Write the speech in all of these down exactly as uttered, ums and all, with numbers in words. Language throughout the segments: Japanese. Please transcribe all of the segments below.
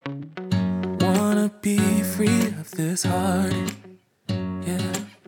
Wanna be free of this heart, yeah.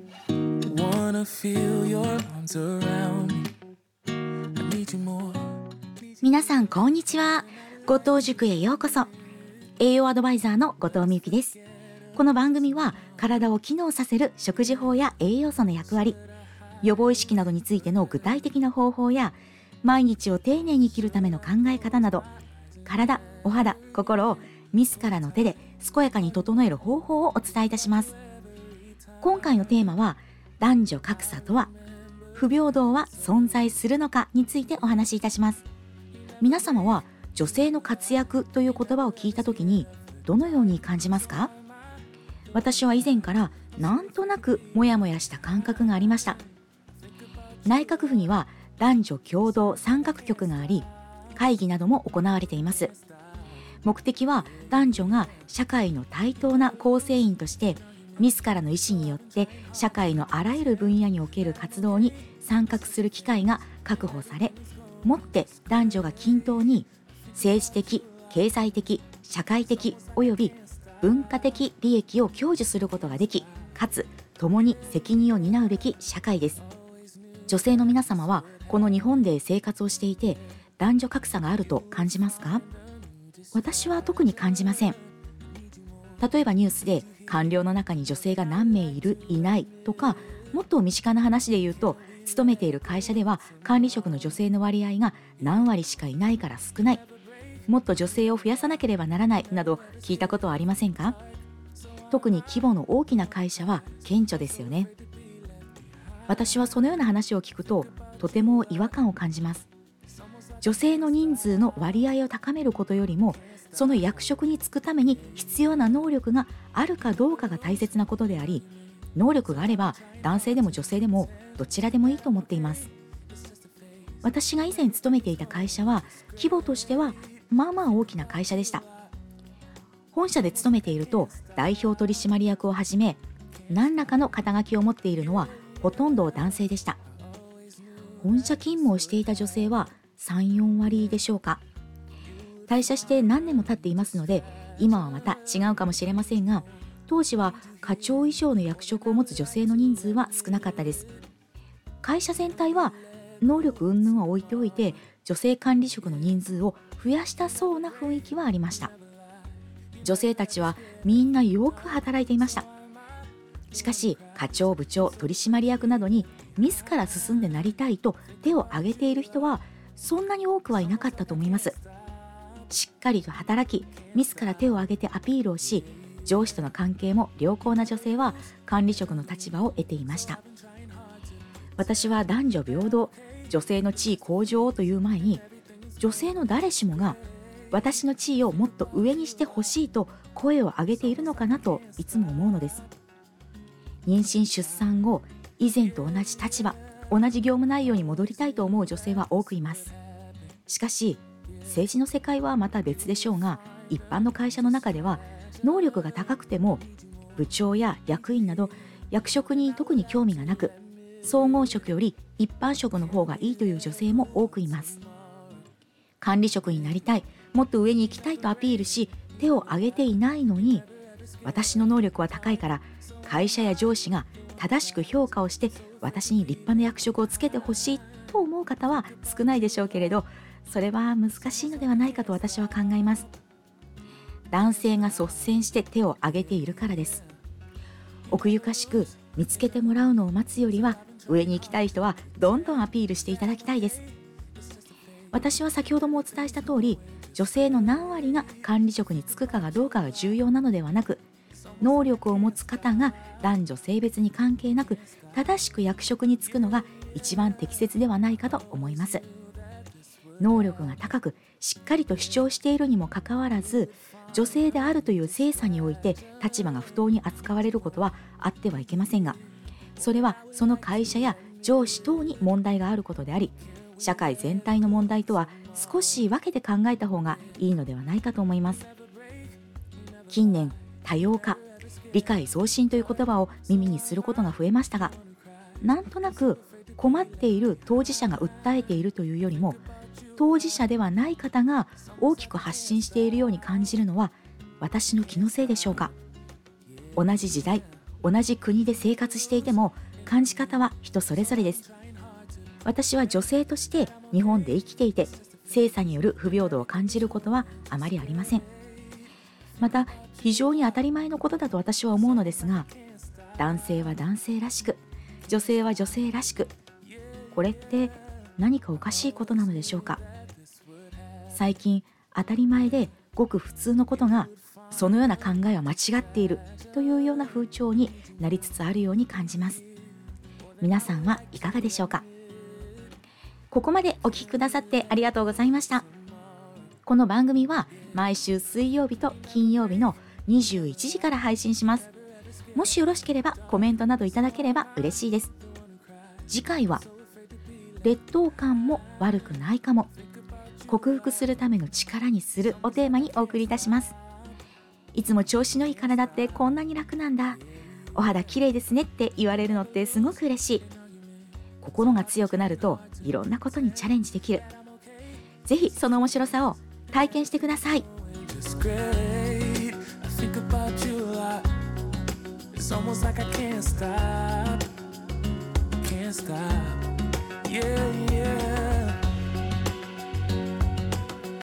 Wanna feel your arms around me. I need you more. 皆さんこんにちは。後藤塾へようこそ。栄養アドバイザーの後藤美由紀です。この番組は体を機能させる食事法や栄養素の役割、予防意識などについての具体的な方法や、毎日を丁寧に生きるための考え方など、体、お肌、心を自らの手で健やかに整える方法をお伝えいたします。今回のテーマは、男女格差とは、不平等は存在するのかについてお話しいたします。皆様は女性の活躍という言葉を聞いたときにどのように感じますか？私は以前からなんとなくモヤモヤした感覚がありました。内閣府には男女共同参画局があり、会議なども行われています。目的は男女が社会の対等な構成員として自らの意思によって社会のあらゆる分野における活動に参画する機会が確保され、もって男女が均等に政治的、経済的、社会的および文化的利益を享受することができ、かつ共に責任を担うべき社会です。女性の皆様はこの日本で生活をしていて、男女格差があると感じますか？私は特に感じません。例えばニュースで官僚の中に女性が何名いる、いないとか、もっと身近な話で言うと、勤めている会社では管理職の女性の割合が何割しかいないから少ない、もっと女性を増やさなければならないなど聞いたことはありませんか？特に規模の大きな会社は顕著ですよね。私はそのような話を聞くととても違和感を感じます。女性の人数の割合を高めることよりも、その役職に就くために必要な能力があるかどうかが大切なことであり、能力があれば男性でも女性でもどちらでもいいと思っています。私が以前勤めていた会社は規模としてはまあまあ大きな会社でした。本社で勤めていると代表取締役をはじめ何らかの肩書きを持っているのはほとんど男性でした。本社勤務をしていた女性はさん、よんわりでしょうか。退社して何年も経っていますので今はまた違うかもしれませんが、当時は課長以上の役職を持つ女性の人数は少なかったです。会社全体は能力云々は置いておいて女性管理職の人数を増やしたそうな雰囲気はありました。女性たちはみんなよく働いていました。しかし課長、部長、取締役などに自ら進んでなりたいと手を挙げている人はそんなに多くはいなかったと思います。しっかりと働き、自ら手を挙げてアピールをし、上司との関係も良好な女性は管理職の立場を得ていました。私は男女平等、女性の地位向上という前に、女性の誰しもが私の地位をもっと上にしてほしいと声を上げているのかなといつも思うのです。妊娠出産後、以前と同じ立場、同じ業務内容に戻りたいと思う女性は多くいます。しかし政治の世界はまた別でしょうが、一般の会社の中では能力が高くても部長や役員など役職に特に興味がなく、総合職より一般職の方がいいという女性も多くいます。管理職になりたい、もっと上に行きたいとアピールし手を挙げていないのに、私の能力は高いから会社や上司が正しく評価をして私に立派な役職をつけてほしいと思う方は少ないでしょうけれど、それは難しいのではないかと私は考えます。男性が率先して手を挙げているからです。奥ゆかしく見つけてもらうのを待つよりは、上に行きたい人はどんどんアピールしていただきたいです。私は先ほどもお伝えした通り、女性の何割が管理職に就くかがどうかが重要なのではなく、能力を持つ方が男女性別に関係なく正しく役職に就くのが一番適切ではないかと思います。能力が高くしっかりと主張しているにもかかわらず、女性であるという性差において立場が不当に扱われることはあってはいけませんが、それはその会社や上司等に問題があることであり、社会全体の問題とは少し分けて考えた方がいいのではないかと思います。近年、多様化、理解増進という言葉を耳にすることが増えましたが、なんとなく困っている当事者が訴えているというよりも、当事者ではない方が大きく発信しているように感じるのは私の気のせいでしょうか。同じ時代、同じ国で生活していても感じ方は人それぞれです。私は女性として日本で生きていて、性差による不平等を感じることはあまりありません。また非常に当たり前のことだと私は思うのですが、男性は男性らしく、女性は女性らしく、これって何かおかしいことなのでしょうか。最近当たり前でごく普通のことが、そのような考えは間違っているというような風潮になりつつあるように感じます。皆さんはいかがでしょうか。ここまでお聞きくださってありがとうございました。この番組は毎週水曜日と金曜日のにじゅういちじから配信します。もしよろしければコメントなどいただければ嬉しいです。次回は劣等感も悪くないかも、克服するための力にするをテーマにお送りいたします。いつも調子のいい体ってこんなに楽なんだ、お肌綺麗ですねって言われるのってすごく嬉しい。心が強くなるといろんなことにチャレンジできる。ぜひその面白さを体験してください。It's almost like I can't stop, can't stop, yeah, yeah.